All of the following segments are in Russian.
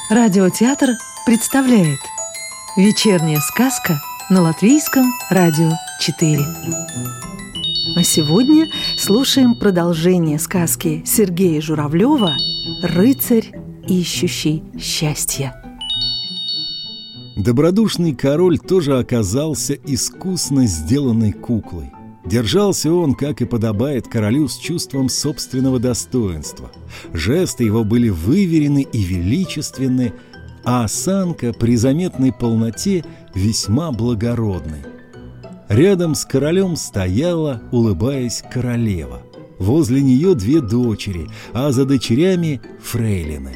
Радиотеатр представляет «Вечерняя сказка» на Латвийском радио 4. А сегодня слушаем продолжение сказки Сергея Журавлева «Рыцарь, ищущий счастья». Добродушный король тоже оказался искусно сделанной куклой. Держался он, как и подобает королю, с чувством собственного достоинства. Жесты его были выверены и величественны, а осанка при заметной полноте весьма благородной. Рядом с королем стояла, улыбаясь, королева. Возле нее две дочери, а за дочерями фрейлины.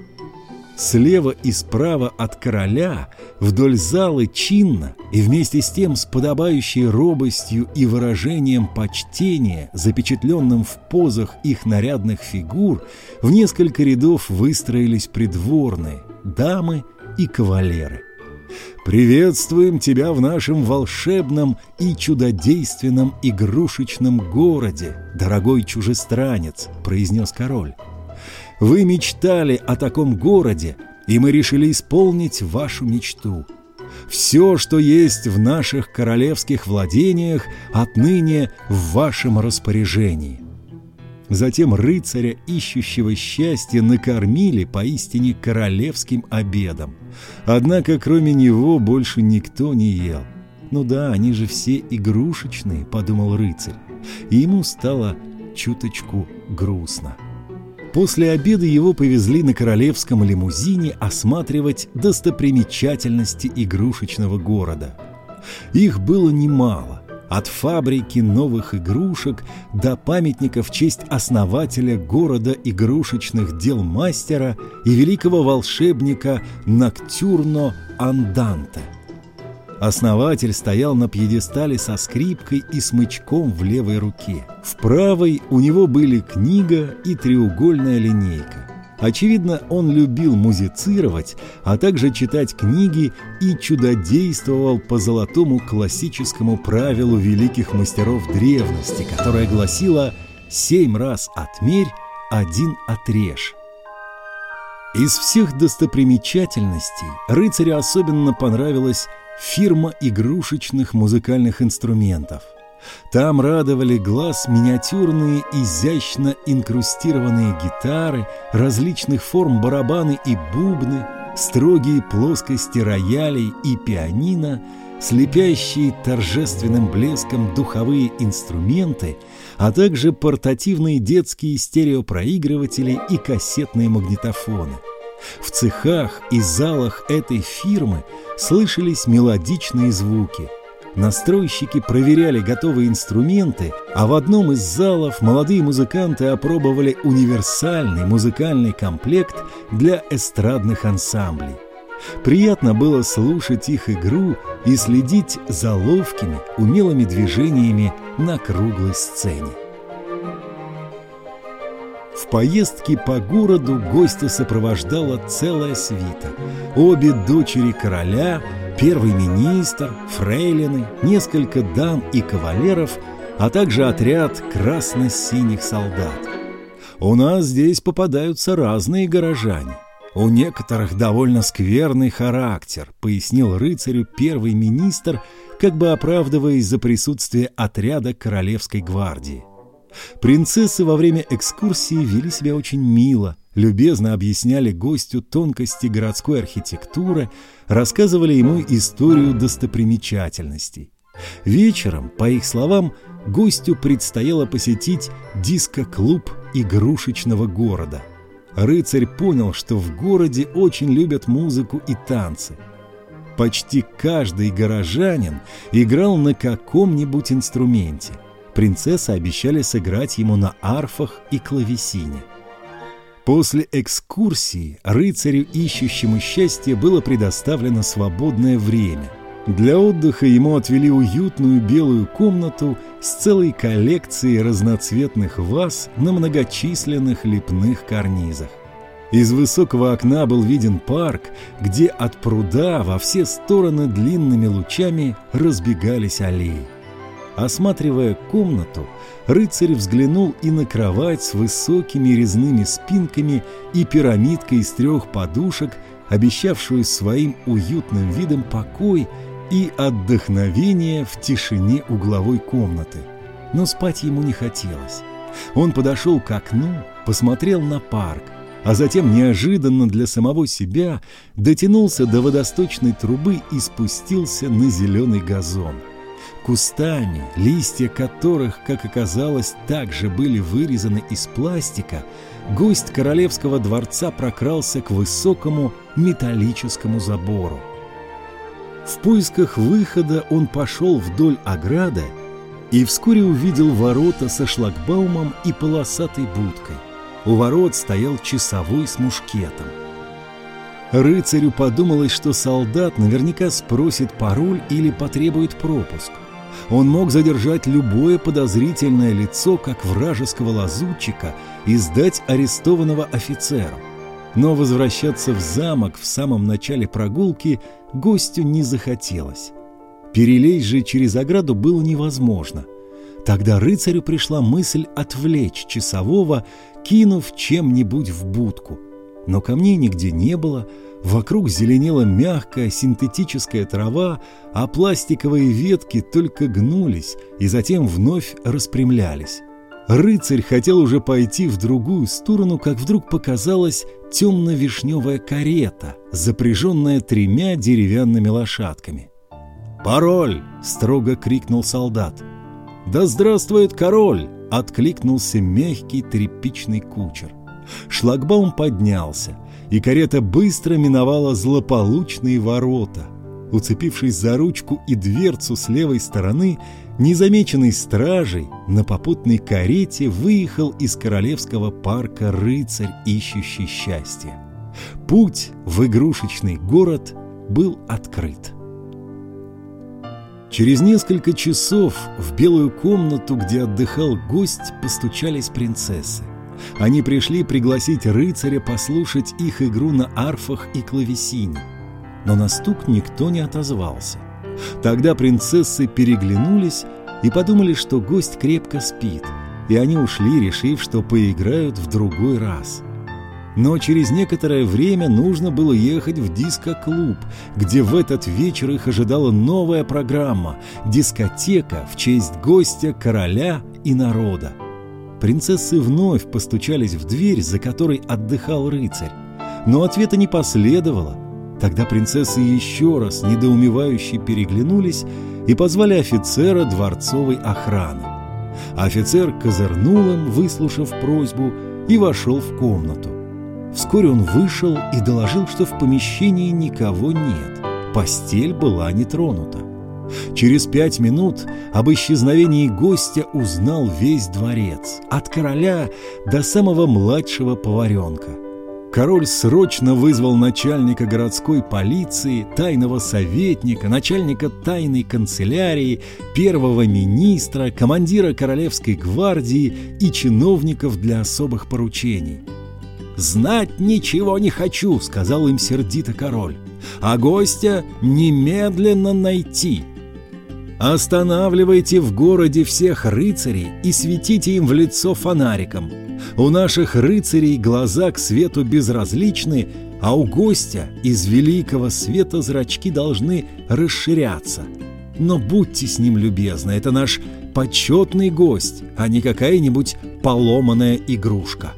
Слева и справа от короля, вдоль залы чинно и вместе с тем с подобающей робостью и выражением почтения, запечатленным в позах их нарядных фигур, в несколько рядов выстроились придворные, дамы и кавалеры. «Приветствуем тебя в нашем волшебном и чудодейственном игрушечном городе, дорогой чужестранец», — произнес король. «Вы мечтали о таком городе, и мы решили исполнить вашу мечту. Все, что есть в наших королевских владениях, отныне в вашем распоряжении». Затем рыцаря, ищущего счастья, накормили поистине королевским обедом. Однако кроме него больше никто не ел. «Ну да, они же все игрушечные», — подумал рыцарь, и ему стало чуточку грустно. После обеда его повезли на королевском лимузине осматривать достопримечательности игрушечного города. Их было немало. От фабрики новых игрушек до памятника в честь основателя города игрушечных дел мастера и великого волшебника Ноктюрно Анданте. Основатель стоял на пьедестале со скрипкой и смычком в левой руке. В правой у него были книга и треугольная линейка. Очевидно, он любил музицировать, а также читать книги и чудодействовал по золотому классическому правилу великих мастеров древности, которое гласило «7 раз отмерь, 1 отрежь». Из всех достопримечательностей рыцарю особенно понравилась фирма игрушечных музыкальных инструментов. Там радовали глаз миниатюрные, изящно инкрустированные гитары, различных форм барабаны и бубны, строгие плоскости роялей и пианино, слепящие торжественным блеском духовые инструменты, а также портативные детские стереопроигрыватели и кассетные магнитофоны. В цехах и залах этой фирмы слышались мелодичные звуки. Настройщики проверяли готовые инструменты, а в одном из залов молодые музыканты опробовали универсальный музыкальный комплект для эстрадных ансамблей. Приятно было слушать их игру и следить за ловкими, умелыми движениями на круглой сцене. В поездке по городу гостя сопровождала целая свита. Обе дочери короля, первый министр, фрейлины, несколько дам и кавалеров, а также отряд красно-синих солдат. «У нас здесь попадаются разные горожане. У некоторых довольно скверный характер», — пояснил рыцарю первый министр, как бы оправдываясь за присутствие отряда королевской гвардии. Принцессы во время экскурсии вели себя очень мило, любезно объясняли гостю тонкости городской архитектуры, рассказывали ему историю достопримечательностей. Вечером, по их словам, гостю предстояло посетить диско-клуб игрушечного города. Рыцарь понял, что в городе очень любят музыку и танцы. Почти каждый горожанин играл на каком-нибудь инструменте. Принцессы обещали сыграть ему на арфах и клавесине. После экскурсии рыцарю, ищущему счастья, было предоставлено свободное время. Для отдыха ему отвели уютную белую комнату с целой коллекцией разноцветных ваз на многочисленных лепных карнизах. Из высокого окна был виден парк, где от пруда во все стороны длинными лучами разбегались аллеи. Осматривая комнату, рыцарь взглянул и на кровать с высокими резными спинками и пирамидкой из 3 подушек, обещавшую своим уютным видом покой и отдохновение в тишине угловой комнаты. Но спать ему не хотелось. Он подошел к окну, посмотрел на парк, а затем неожиданно для самого себя дотянулся до водосточной трубы и спустился на зеленый газон. Кустами, листья которых, как оказалось, также были вырезаны из пластика, гость королевского дворца прокрался к высокому металлическому забору. В поисках выхода он пошел вдоль ограды и вскоре увидел ворота со шлагбаумом и полосатой будкой. У ворот стоял часовой с мушкетом. Рыцарю подумалось, что солдат наверняка спросит пароль или потребует пропуск. Он мог задержать любое подозрительное лицо, как вражеского лазутчика, и сдать арестованного офицеру. Но возвращаться в замок в самом начале прогулки гостю не захотелось. Перелезть же через ограду было невозможно. Тогда рыцарю пришла мысль отвлечь часового, кинув чем-нибудь в будку. Но камней нигде не было, вокруг зеленела мягкая синтетическая трава, а пластиковые ветки только гнулись и затем вновь распрямлялись. Рыцарь хотел уже пойти в другую сторону, как вдруг показалась темно-вишневая карета, запряженная 3 деревянными лошадками. «Пароль!» — строго крикнул солдат. «Да здравствует король!» — откликнулся мягкий тряпичный кучер. Шлагбаум поднялся, и карета быстро миновала злополучные ворота. Уцепившись за ручку и дверцу с левой стороны, незамеченный стражей на попутной карете выехал из королевского парка рыцарь, ищущий счастье. Путь в игрушечный город был открыт. Через несколько часов в белую комнату, где отдыхал гость, постучались принцессы. Они пришли пригласить рыцаря послушать их игру на арфах и клавесине. Но на стук никто не отозвался. Тогда принцессы переглянулись и подумали, что гость крепко спит, и они ушли, решив, что поиграют в другой раз. Но через некоторое время нужно было ехать в диско-клуб, где в этот вечер их ожидала новая программа – дискотека в честь гостя, короля и народа. Принцессы вновь постучались в дверь, за которой отдыхал рыцарь, но ответа не последовало. Тогда принцессы еще раз недоумевающе переглянулись и позвали офицера дворцовой охраны. Офицер козырнул им, выслушав просьбу, и вошел в комнату. Вскоре он вышел и доложил, что в помещении никого нет, постель была не тронута. Через 5 минут об исчезновении гостя узнал весь дворец, от короля до самого младшего поваренка. Король срочно вызвал начальника городской полиции, тайного советника, начальника тайной канцелярии, первого министра, командира королевской гвардии и чиновников для особых поручений. «Знать ничего не хочу», — сказал им сердито король, — «а гостя немедленно найти. Останавливайте в городе всех рыцарей и светите им в лицо фонариком. У наших рыцарей глаза к свету безразличны, а у гостя из великого света зрачки должны расширяться. Но будьте с ним любезны, это наш почетный гость, а не какая-нибудь поломанная игрушка».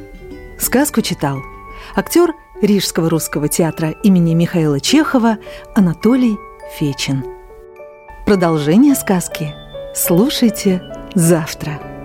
Сказку читал актер Рижского русского театра имени Михаила Чехова Анатолий Фечин. Продолжение сказки слушайте завтра.